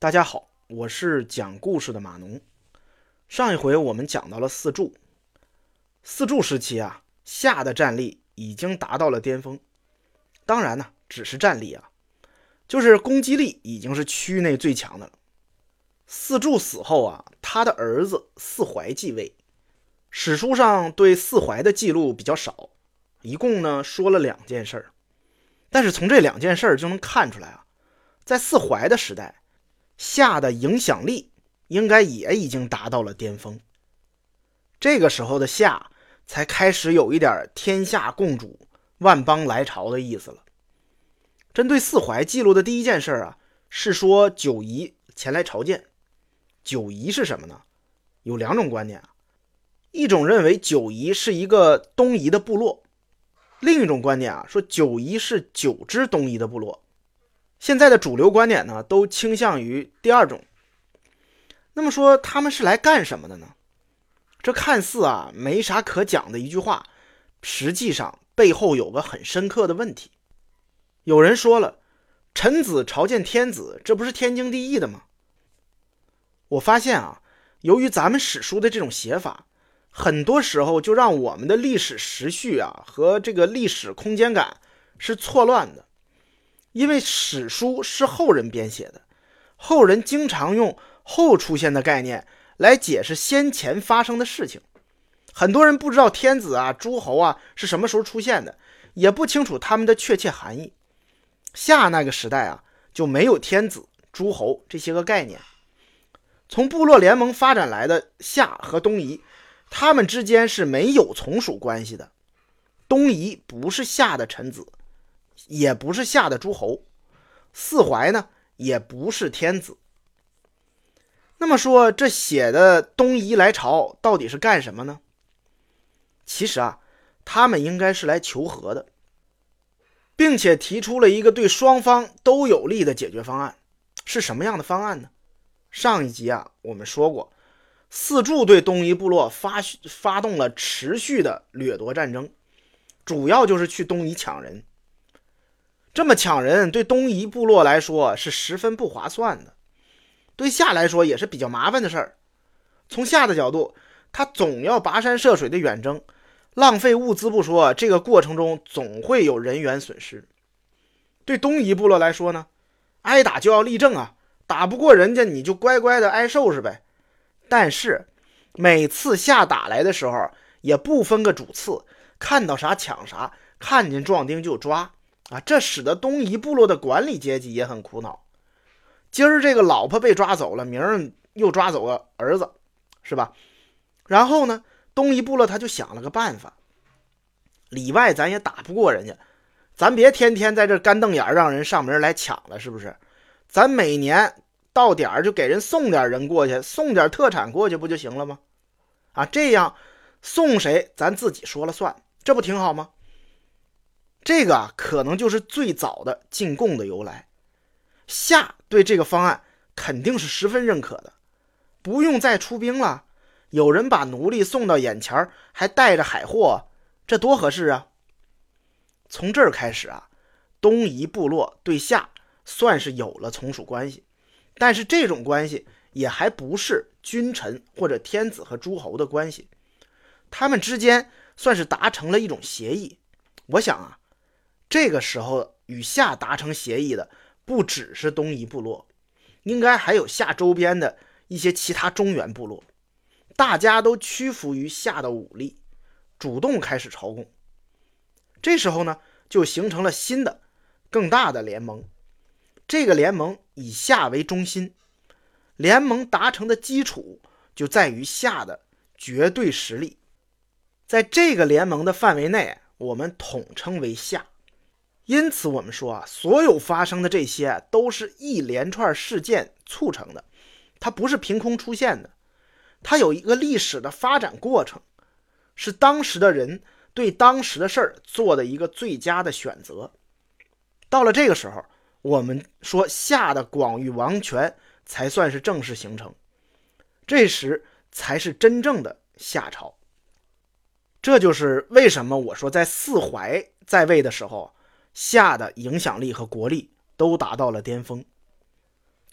大家好，我是讲故事的马农。上一回我们讲到了四柱，四柱时期啊，夏的战力已经达到了巅峰。当然呢，只是战力啊，就是攻击力已经是区内最强的了。四柱死后啊，他的儿子四怀继位。史书上对四怀的记录比较少，一共呢说了2件事儿。但是从这2件事儿就能看出来啊，在四怀的时代，夏的影响力应该也已经达到了巅峰。这个时候的夏才开始有一点天下共主、万邦来朝的意思了。针对四怀记录的第一件事啊，是说九夷前来朝见。九夷是什么呢？有2种观点啊。一种认为九夷是一个东夷的部落，另一种观点啊说九夷是9支东夷的部落。现在的主流观点呢，都倾向于第二种。那么说他们是来干什么的呢？这看似啊没啥可讲的一句话，实际上背后有个很深刻的问题。有人说了，臣子朝见天子，这不是天经地义的吗？我发现啊，由于咱们史书的这种写法，很多时候就让我们的历史时序啊和这个历史空间感是错乱的。因为史书是后人编写的，后人经常用后出现的概念来解释先前发生的事情。很多人不知道天子啊、诸侯啊是什么时候出现的，也不清楚他们的确切含义。夏那个时代啊，就没有天子、诸侯这些个概念。从部落联盟发展来的夏和东夷，他们之间是没有从属关系的。东夷不是夏的臣子，也不是夏的诸侯，四怀呢也不是天子。那么说这写的东夷来朝到底是干什么呢？其实啊，他们应该是来求和的，并且提出了一个对双方都有利的解决方案。是什么样的方案呢？上一集啊我们说过，四柱对东夷部落发动了持续的掠夺战争，主要就是去东夷抢人。这么抢人对东夷部落来说是十分不划算的，对夏来说也是比较麻烦的事儿。从夏的角度，他总要跋山涉水的远征，浪费物资不说，这个过程中总会有人员损失。对东夷部落来说呢，挨打就要立正啊，打不过人家你就乖乖的挨收拾呗。但是每次夏打来的时候也不分个主次，看到啥抢啥，看见壮丁就抓啊，这使得东夷部落的管理阶级也很苦恼。今儿这个老婆被抓走了，明儿又抓走了儿子，是吧？然后呢，东夷部落他就想了个办法，里外咱也打不过人家，咱别天天在这干瞪眼让人上门来抢了，是不是？咱每年到点儿就给人送点人过去，送点特产过去不就行了吗？啊，这样送谁咱自己说了算，这不挺好吗？这个可能就是最早的进贡的由来。夏对这个方案肯定是十分认可的，不用再出兵了，有人把奴隶送到眼前，还带着海货，这多合适啊！从这儿开始啊，东夷部落对夏算是有了从属关系，但是这种关系也还不是君臣或者天子和诸侯的关系，他们之间算是达成了一种协议。我想啊，这个时候与夏达成协议的不只是东夷部落，应该还有夏周边的一些其他中原部落，大家都屈服于夏的武力，主动开始朝贡。这时候呢，就形成了新的更大的联盟。这个联盟以夏为中心，联盟达成的基础就在于夏的绝对实力。在这个联盟的范围内，我们统称为夏。因此我们说啊，所有发生的这些都是一连串事件促成的，它不是凭空出现的，它有一个历史的发展过程，是当时的人对当时的事儿做的一个最佳的选择。到了这个时候，我们说夏的广域王权才算是正式形成，这时才是真正的夏朝。这就是为什么我说在四怀在位的时候，夏的影响力和国力都达到了巅峰。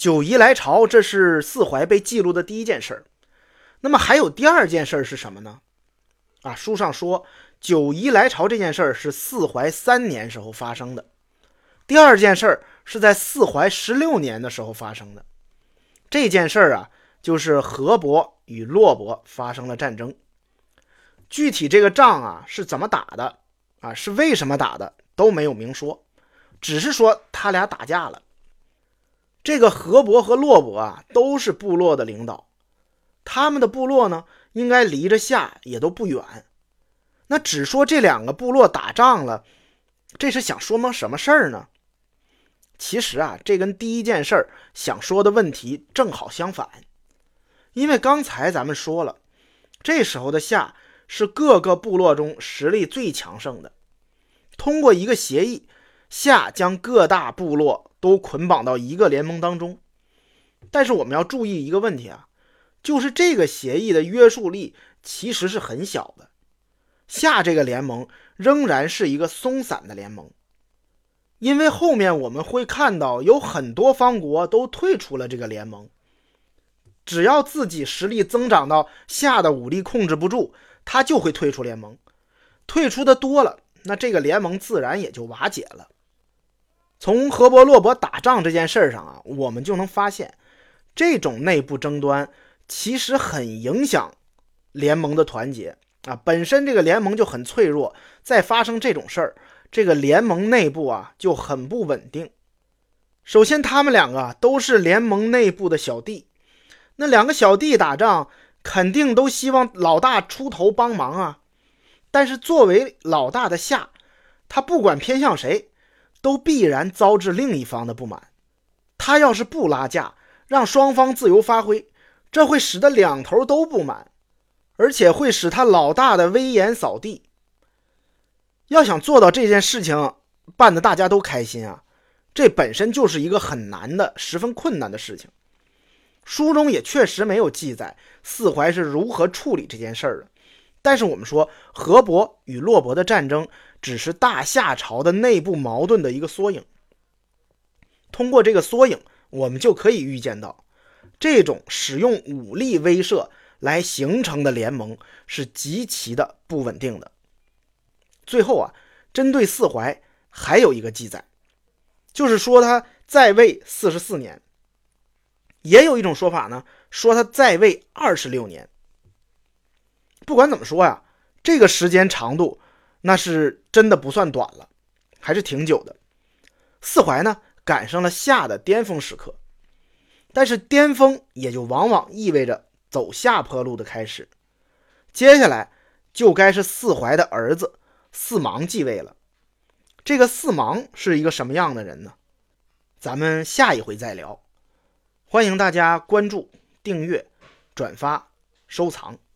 九夷来朝，这是四怀被记录的第一件事儿。那么还有第二件事是什么呢？书上说九夷来朝这件事是四怀3年时候发生的。第二件事是在四怀16年的时候发生的。这件事就是河伯与洛伯发生了战争。具体这个仗是怎么打的是为什么打的都没有明说，只是说他俩打架了。这个河伯和洛伯都是部落的领导，他们的部落呢应该离着夏也都不远。那只说这2个部落打仗了，这是想说明什么事儿呢？其实这跟第一件事想说的问题正好相反。因为刚才咱们说了，这时候的夏是各个部落中实力最强盛的。通过一个协议，夏将各大部落都捆绑到一个联盟当中。但是我们要注意一个问题就是这个协议的约束力其实是很小的。夏这个联盟仍然是一个松散的联盟，因为后面我们会看到有很多方国都退出了这个联盟。只要自己实力增长到夏的武力控制不住，他就会退出联盟。退出的多了，那这个联盟自然也就瓦解了。从河伯洛伯打仗这件事上我们就能发现，这种内部争端其实很影响联盟的团结本身这个联盟就很脆弱，再发生这种事儿，这个联盟内部就很不稳定。首先他们2个都是联盟内部的小弟，那2个小弟打仗肯定都希望老大出头帮忙但是作为老大的夏，他不管偏向谁都必然遭致另一方的不满。他要是不拉架，让双方自由发挥，这会使得2头都不满，而且会使他老大的威严扫地。要想做到这件事情办得大家都开心这本身就是一个很难的十分困难的事情。书中也确实没有记载四怀是如何处理这件事的，但是我们说河伯与洛伯的战争只是大夏朝的内部矛盾的一个缩影。通过这个缩影，我们就可以预见到，这种使用武力威慑来形成的联盟是极其的不稳定的。最后针对四怀还有一个记载，就是说他在位44年。也有一种说法呢，说他在位26年。不管怎么说这个时间长度那是真的不算短了，还是挺久的。四怀呢赶上了夏的巅峰时刻，但是巅峰也就往往意味着走下坡路的开始。接下来就该是四怀的儿子四芒继位了。这个四芒是一个什么样的人呢？咱们下一回再聊。欢迎大家关注、订阅、转发、收藏。